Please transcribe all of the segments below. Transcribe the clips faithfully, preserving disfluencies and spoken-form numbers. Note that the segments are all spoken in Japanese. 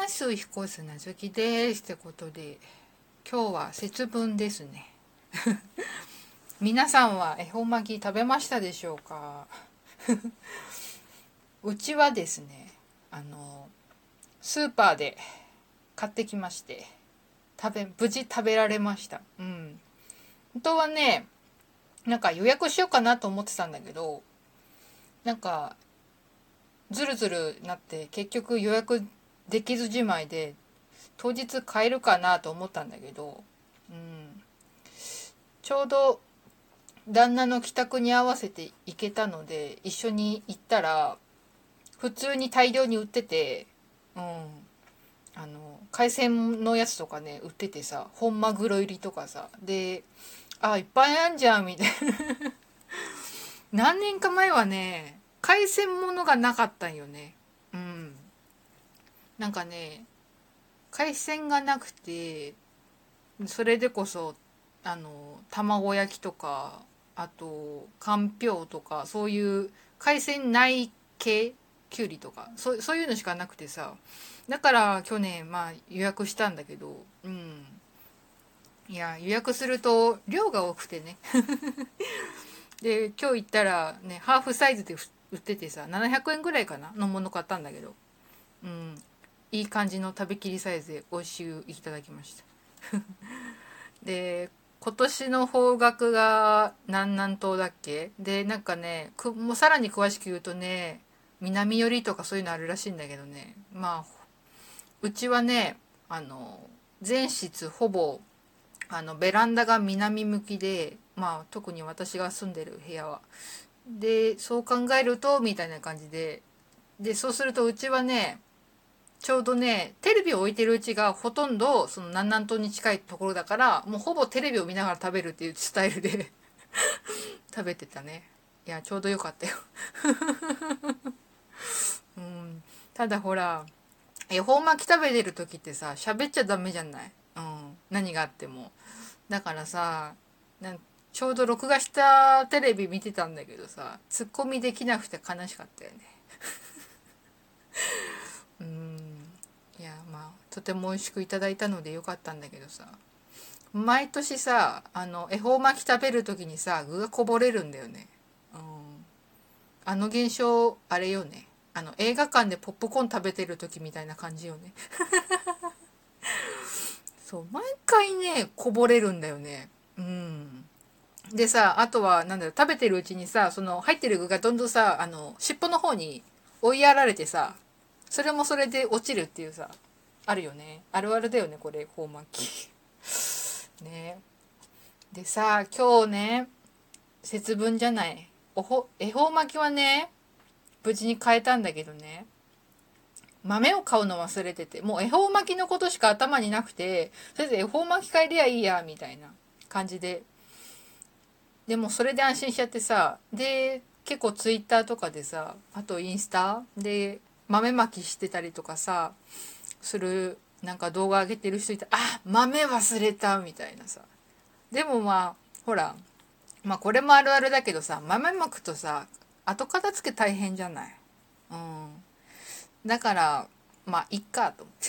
ます。彦砂月ですってことで、今日は節分ですね。皆さんは恵方巻き食べましたでしょうか？うちはですね、あのスーパーで買ってきまして、食べ無事食べられました。うん。本当はね、なんか予約しようかなと思ってたんだけど、なんかずるずるなって結局予約できずじまいで、当日買えるかなと思ったんだけど、うん、ちょうど旦那の帰宅に合わせて行けたので一緒に行ったら普通に大量に売ってて、うん、あの海鮮のやつとかね売っててさ、本マグロ入りとかさで、あいっぱいあんじゃんみたいな。何年か前はね海鮮ものがなかったんよね。うん、なんかね海鮮がなくて、それでこそあの卵焼きとか、あとかんぴょうとか、そういう海鮮ない系、きゅうりとか、そうそういうのしかなくてさ、だから去年まあ予約したんだけど、うん、いや予約すると量が多くてね。で今日行ったらねハーフサイズで売っててさ、ななひゃくえんぐらいかなのもの買ったんだけど、うん、いい感じの食べきりサイズで美味しくいただきました。で今年の方角が南南東だっけで、なんかねくもうさらに詳しく言うとね、南寄りとかそういうのあるらしいんだけどね、まあうちはね、あの全室ほぼあのベランダが南向きで、まあ特に私が住んでる部屋はで、そう考えるとみたいな感じで、でそうするとうちはね、ちょうどねテレビを置いてるうちがほとんどその南南東に近いところだから、もうほぼテレビを見ながら食べるっていうスタイルで食べてたね。いやちょうどよかったよ。うん、ただほら恵方巻き食べてる時ってさ喋っちゃダメじゃない、うん、何があっても。だからさ、なんちょうど録画したテレビ見てたんだけどさ、ツッコミできなくて悲しかったよね。うん、いやまあとても美味しくいただいたのでよかったんだけどさ、毎年さあの恵方巻き食べる時にさ具がこぼれるんだよね。うん、あの現象あれよね、あの映画館でポップコーン食べてる時みたいな感じよね。そう毎回ねこぼれるんだよね。うん、でさ、あとはなんだろう、食べてるうちにさ、その入ってる具がどんどんさ、あの尻尾の方に追いやられてさ、それもそれで落ちるっていうさ、あるよね。あるあるだよねこれ、恵方巻き。ね。でさ、今日ね節分じゃない、おほ恵方巻きはね無事に買えたんだけどね、豆を買うの忘れてて、もう恵方巻きのことしか頭になくて、それで恵方巻き買えりゃいいやみたいな感じで、でもそれで安心しちゃってさ、で結構ツイッターとかでさ、あとインスタで豆まきしてたりとかさする、なんか動画上げてる人いた、あ豆忘れたみたいなさ。でもまあほら、まあこれもあるあるだけどさ、豆まくとさ後片付け大変じゃない。うん、だからまあいっかと思って。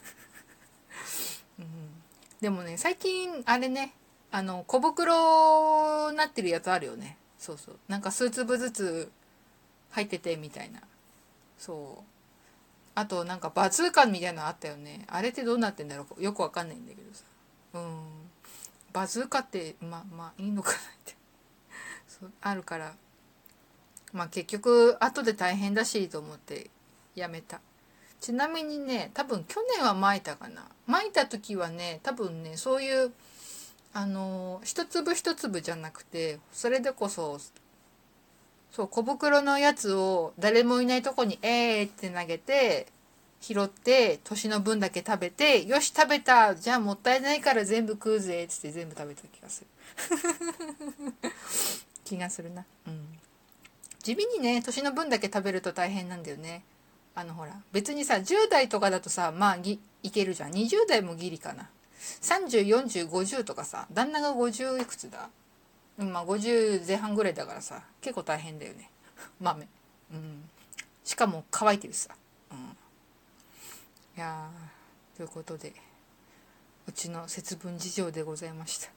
うん、でもね最近あれね、あの小袋になってるやつあるよね。そうそう、なんか数粒ずつ入っててみたいな。そう、あとなんかバズーカみたいなのあったよね。あれってどうなってんだろう、よくわかんないんだけどさ。うん、バズーカってまあまあいいのかなって。そうあるから、まあ結局後で大変だしと思ってやめた。ちなみにね、多分去年は撒いたかな。撒いた時はね、多分ね、そういうあの一粒一粒じゃなくて、それでこそそう小袋のやつを誰もいないとこにえーって投げて、拾って年の分だけ食べて、よし食べた、じゃあもったいないから全部食うぜっつって全部食べた気がする。気がするな。うん、地味にね年の分だけ食べると大変なんだよね。あのほら別にさじゅう代とかだとさまあぎいけるじゃん。にじゅう代もギリかな。さんじゅう、よんじゅう、ごじゅうとかさ、旦那がごじゅういくつだ、まあごじゅうぜん半ぐらいだからさ結構大変だよね。豆、うん、しかも乾いてるしさ、うん、いいやーということでうちの節分事情でございました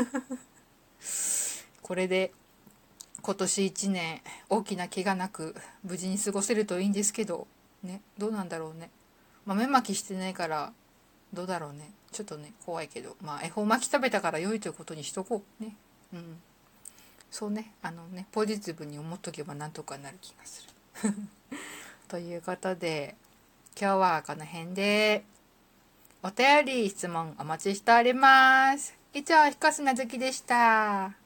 これで今年いちねん大きな怪我なく無事に過ごせるといいんですけどね、どうなんだろうね。豆まきしてないからどうだろうね。ちょっとね怖いけど、まあ恵方巻き食べたから良いということにしとこうね。うん、そうね、あのねポジティブに思っとけばなんとかなる気がするということで今日はこの辺でお便り質問お待ちしております。以上、ひこすなずきでした。